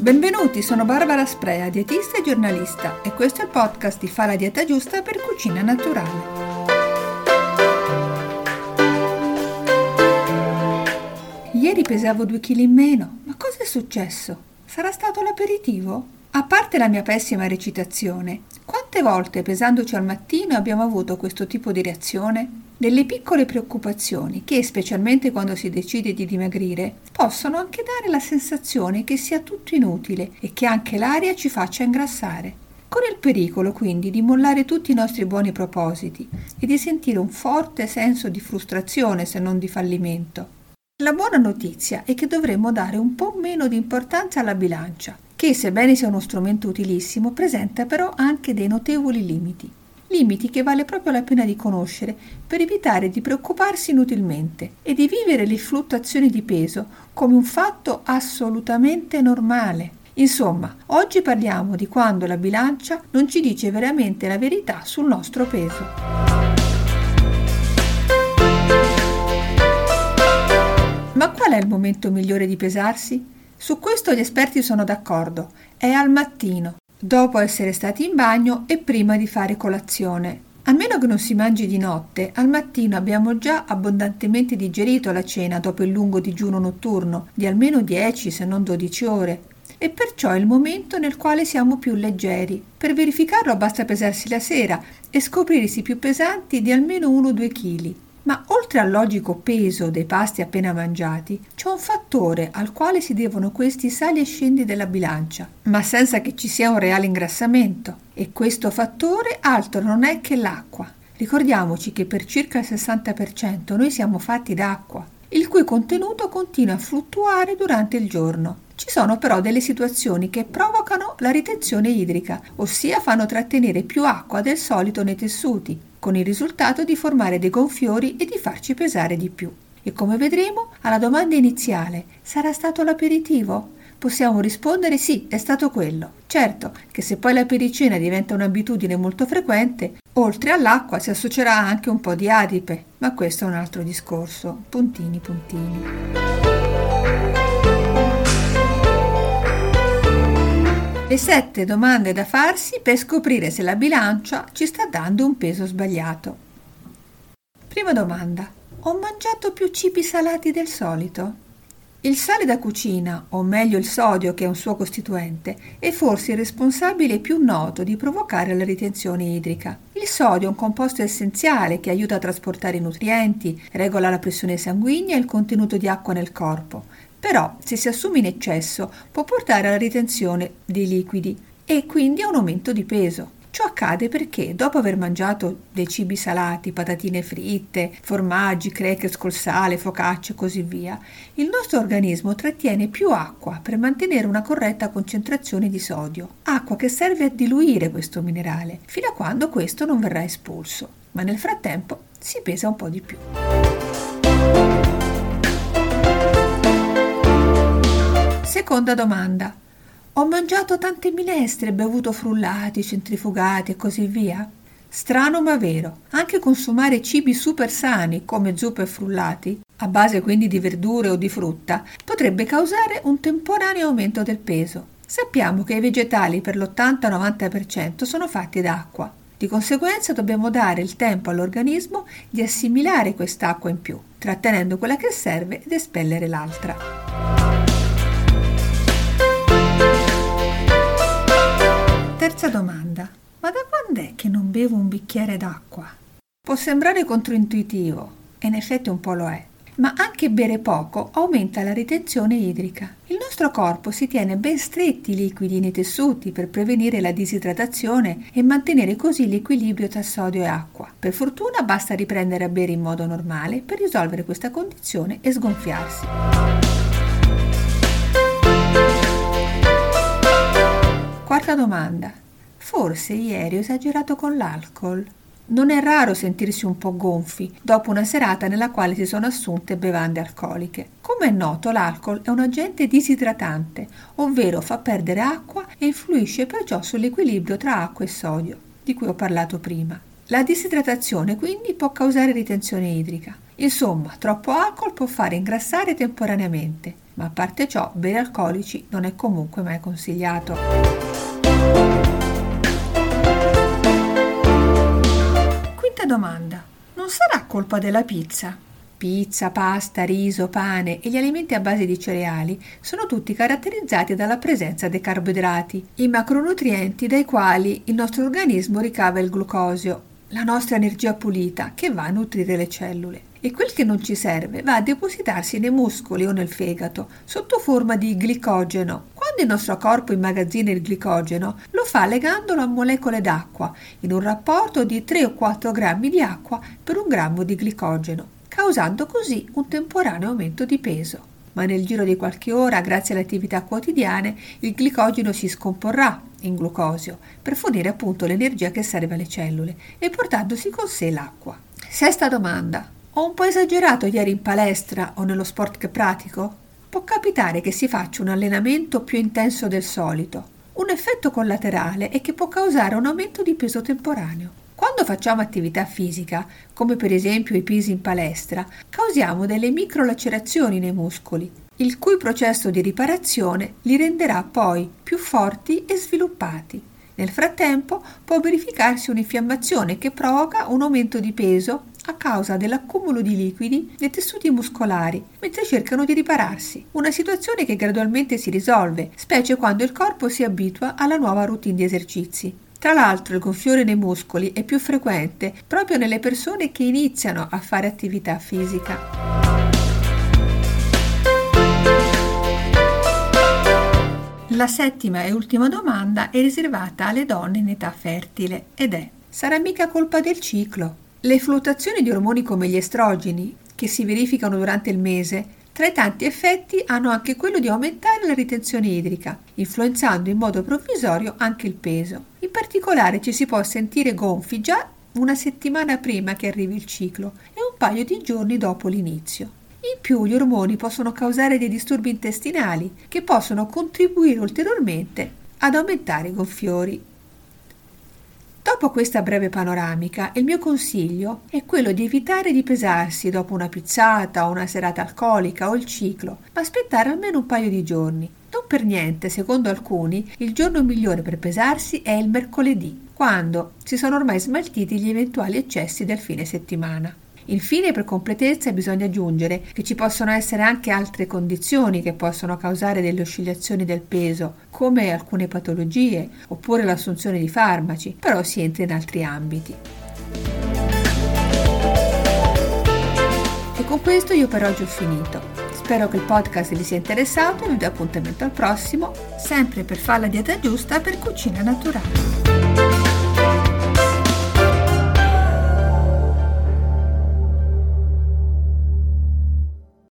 Benvenuti, sono Barbara Sprea, dietista e giornalista e questo è il podcast di Fa la dieta giusta per cucina naturale. Ieri pesavo 2 kg in meno, ma cosa è successo? Sarà stato l'aperitivo? A parte la mia pessima recitazione, quante volte pesandoci al mattino abbiamo avuto questo tipo di reazione? Delle piccole preoccupazioni che, specialmente quando si decide di dimagrire, possono anche dare la sensazione che sia tutto inutile e che anche l'aria ci faccia ingrassare. Con il pericolo quindi di mollare tutti i nostri buoni propositi e di sentire un forte senso di frustrazione se non di fallimento. La buona notizia è che dovremmo dare un po' meno di importanza alla bilancia, che sebbene sia uno strumento utilissimo, presenta però anche dei notevoli limiti. Limiti che vale proprio la pena di conoscere per evitare di preoccuparsi inutilmente e di vivere le fluttuazioni di peso come un fatto assolutamente normale. Insomma, oggi parliamo di quando la bilancia non ci dice veramente la verità sul nostro peso. Ma qual è il momento migliore di pesarsi? Su questo gli esperti sono d'accordo. È al mattino, dopo essere stati in bagno e prima di fare colazione. A meno che non si mangi di notte, al mattino abbiamo già abbondantemente digerito la cena dopo il lungo digiuno notturno di almeno 10 se non 12 ore. E perciò è il momento nel quale siamo più leggeri. Per verificarlo basta pesarsi la sera e scoprirsi più pesanti di almeno 1-2 kg. Ma oltre al logico peso dei pasti appena mangiati, c'è un fattore al quale si devono questi sali e scendi della bilancia, ma senza che ci sia un reale ingrassamento. E questo fattore altro non è che l'acqua. Ricordiamoci che per circa il 60% noi siamo fatti d'acqua, il cui contenuto continua a fluttuare durante il giorno. Ci sono però delle situazioni che provocano la ritenzione idrica, ossia fanno trattenere più acqua del solito nei tessuti, con il risultato di formare dei gonfiori e di farci pesare di più. E come vedremo, alla domanda iniziale, sarà stato l'aperitivo? Possiamo rispondere sì, è stato quello. Certo che se poi la pericena diventa un'abitudine molto frequente, oltre all'acqua si associerà anche un po' di adipe, ma questo è un altro discorso. Puntini, puntini. Le 7 domande da farsi per scoprire se la bilancia ci sta dando un peso sbagliato. Prima domanda: ho mangiato più cibi salati del solito? Il sale da cucina, o meglio il sodio che è un suo costituente, è forse il responsabile più noto di provocare la ritenzione idrica. Il sodio è un composto essenziale che aiuta a trasportare i nutrienti, regola la pressione sanguigna e il contenuto di acqua nel corpo. Però, se si assume in eccesso, può portare alla ritenzione dei liquidi e quindi a un aumento di peso. Ciò accade perché, dopo aver mangiato dei cibi salati, patatine fritte, formaggi, crackers col sale, focaccia e così via, il nostro organismo trattiene più acqua per mantenere una corretta concentrazione di sodio, acqua che serve a diluire questo minerale, fino a quando questo non verrà espulso. Ma nel frattempo si pesa un po' di più. Seconda domanda: ho mangiato tante minestre, bevuto frullati, centrifugati e così via? Strano ma vero, anche consumare cibi super sani come zuppa e frullati, a base quindi di verdure o di frutta, potrebbe causare un temporaneo aumento del peso. Sappiamo che i vegetali per l'80-90% sono fatti d'acqua. Di conseguenza dobbiamo dare il tempo all'organismo di assimilare quest'acqua in più, trattenendo quella che serve ed espellere l'altra. Terza domanda: ma da quando è che non bevo un bicchiere d'acqua? Può sembrare controintuitivo, e in effetti un po' lo è, ma anche bere poco aumenta la ritenzione idrica. Il nostro corpo si tiene ben stretti i liquidi nei tessuti per prevenire la disidratazione e mantenere così l'equilibrio tra sodio e acqua. Per fortuna basta riprendere a bere in modo normale per risolvere questa condizione e sgonfiarsi. Quarta domanda: forse ieri ho esagerato con l'alcol? Non è raro sentirsi un po' gonfi dopo una serata nella quale si sono assunte bevande alcoliche. Come è noto, l'alcol è un agente disidratante, ovvero fa perdere acqua e influisce perciò sull'equilibrio tra acqua e sodio, di cui ho parlato prima. La disidratazione quindi può causare ritenzione idrica. Insomma, troppo alcol può fare ingrassare temporaneamente. ma a parte ciò, bere alcolici non è comunque mai consigliato. Quinta domanda. Non sarà colpa della pizza? Pizza, pasta, riso, pane e gli alimenti a base di cereali sono tutti caratterizzati dalla presenza dei carboidrati, i macronutrienti dai quali il nostro organismo ricava il glucosio, la nostra energia pulita che va a nutrire le cellule. E quel che non ci serve va a depositarsi nei muscoli o nel fegato sotto forma di glicogeno. Quando il nostro corpo immagazzina il glicogeno, lo fa legandolo a molecole d'acqua in un rapporto di 3 o 4 grammi di acqua per 1 grammo di glicogeno, causando così un temporaneo aumento di peso. Ma nel giro di qualche ora, grazie alle attività quotidiane, il glicogeno si scomporrà in glucosio per fornire appunto l'energia che serve alle cellule e portandosi con sé l'acqua. Sesta domanda. Ho un po' esagerato ieri in palestra o nello sport che pratico? Può capitare che si faccia un allenamento più intenso del solito. Un effetto collaterale è che può causare un aumento di peso temporaneo. Quando facciamo attività fisica, come per esempio i pesi in palestra, causiamo delle microlacerazioni nei muscoli, il cui processo di riparazione li renderà poi più forti e sviluppati. Nel frattempo può verificarsi un'infiammazione che provoca un aumento di peso a causa dell'accumulo di liquidi nei tessuti muscolari mentre cercano di ripararsi. Una situazione che gradualmente si risolve, specie quando il corpo si abitua alla nuova routine di esercizi. Tra l'altro il gonfiore nei muscoli è più frequente proprio nelle persone che iniziano a fare attività fisica. La settima e ultima domanda è riservata alle donne in età fertile ed è: sarà mica colpa del ciclo? Le fluttuazioni di ormoni come gli estrogeni, che si verificano durante il mese, tra i tanti effetti hanno anche quello di aumentare la ritenzione idrica, influenzando in modo provvisorio anche il peso. In particolare ci si può sentire gonfi già una settimana prima che arrivi il ciclo e un paio di giorni dopo l'inizio. In più gli ormoni possono causare dei disturbi intestinali che possono contribuire ulteriormente ad aumentare i gonfiori. Dopo questa breve panoramica, il mio consiglio è quello di evitare di pesarsi dopo una pizzata o una serata alcolica o il ciclo, ma aspettare almeno un paio di giorni. Non per niente, secondo alcuni, il giorno migliore per pesarsi è il mercoledì, quando si sono ormai smaltiti gli eventuali eccessi del fine settimana. Infine, per completezza, bisogna aggiungere che ci possono essere anche altre condizioni che possono causare delle oscillazioni del peso, come alcune patologie oppure l'assunzione di farmaci, però si entra in altri ambiti. E con questo io per oggi ho finito. Spero che il podcast vi sia interessato e vi do appuntamento al prossimo, sempre per fare la dieta giusta per cucina naturale.